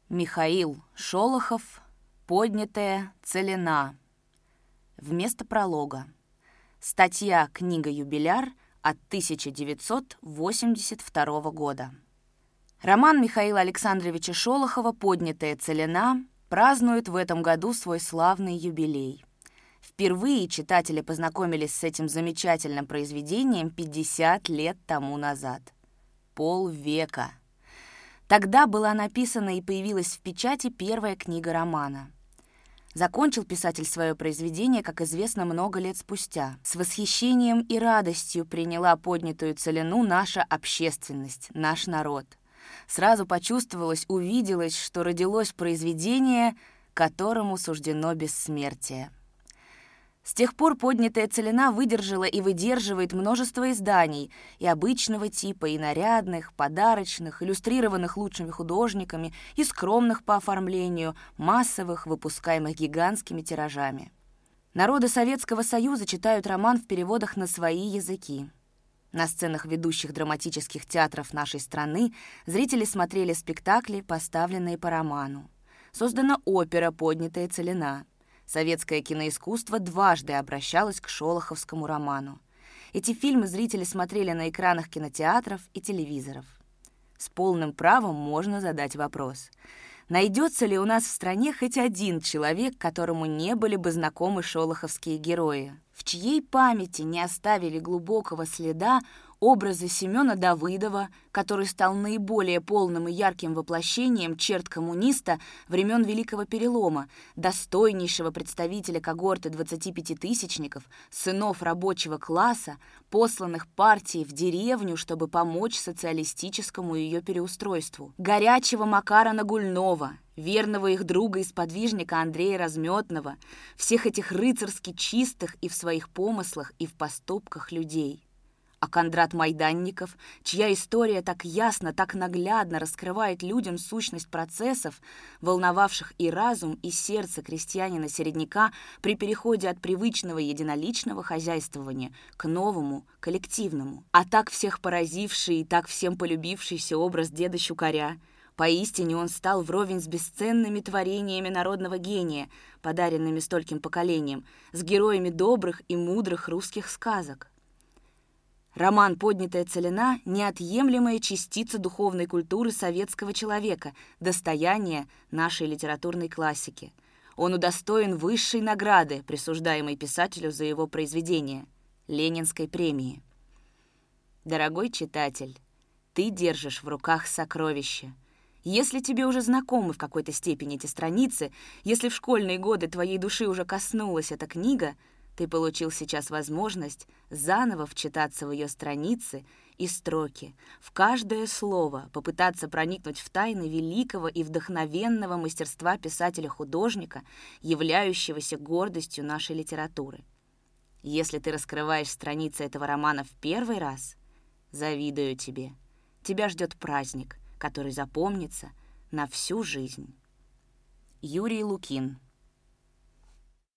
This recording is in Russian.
Михаил Шолохов. «Поднятая целина». Вместо пролога. Статья «Книга-юбиляр» от 1982 года. Роман Михаила Александровича Шолохова «Поднятая целина» празднует в этом году свой славный юбилей. Впервые читатели познакомились с этим замечательным произведением 50 лет тому назад. Полвека. Тогда была написана и появилась в печати первая книга романа. Закончил писатель свое произведение, как известно, много лет спустя. С восхищением и радостью приняла поднятую целину наша общественность, наш народ. Сразу почувствовалось, увиделось, что родилось произведение, которому суждено бессмертие. С тех пор поднятая целина выдержала и выдерживает множество изданий и обычного типа, и нарядных, подарочных, иллюстрированных лучшими художниками, и скромных по оформлению, массовых, выпускаемых гигантскими тиражами. Народы Советского Союза читают роман в переводах на свои языки. На сценах ведущих драматических театров нашей страны зрители смотрели спектакли, поставленные по роману. Создана опера «Поднятая целина». Советское киноискусство дважды обращалось к шолоховскому роману. Эти фильмы зрители смотрели на экранах кинотеатров и телевизоров. С полным правом можно задать вопрос: найдется ли у нас в стране хоть один человек, которому не были бы знакомы шолоховские герои, в чьей памяти не оставили глубокого следа образы Семена Давыдова, который стал наиболее полным и ярким воплощением черт коммуниста времен Великого Перелома, достойнейшего представителя когорты 25-тысячников, сынов рабочего класса, посланных партией в деревню, чтобы помочь социалистическому ее переустройству, горячего Макара Нагульнова, верного их друга и сподвижника Андрея Разметного, всех этих рыцарски чистых и в своих помыслах, и в поступках людей. А Кондрат Майданников, чья история так ясно, так наглядно раскрывает людям сущность процессов, волновавших и разум, и сердце крестьянина-середняка при переходе от привычного единоличного хозяйствования к новому, коллективному. А так всех поразивший и так всем полюбившийся образ деда Щукаря. Поистине он стал вровень с бесценными творениями народного гения, подаренными стольким поколениям, с героями добрых и мудрых русских сказок. Роман «Поднятая целина» — неотъемлемая частица духовной культуры советского человека, достояние нашей литературной классики. Он удостоен высшей награды, присуждаемой писателю за его произведение — Ленинской премии. Дорогой читатель, ты держишь в руках сокровище. Если тебе уже знакомы в какой-то степени эти страницы, если в школьные годы твоей души уже коснулась эта книга, ты получил сейчас возможность заново вчитаться в ее страницы и строки, в каждое слово попытаться проникнуть в тайны великого и вдохновенного мастерства писателя-художника, являющегося гордостью нашей литературы. Если ты раскрываешь страницы этого романа в первый раз, завидую тебе. Тебя ждет праздник, который запомнится на всю жизнь. Юрий Лукин.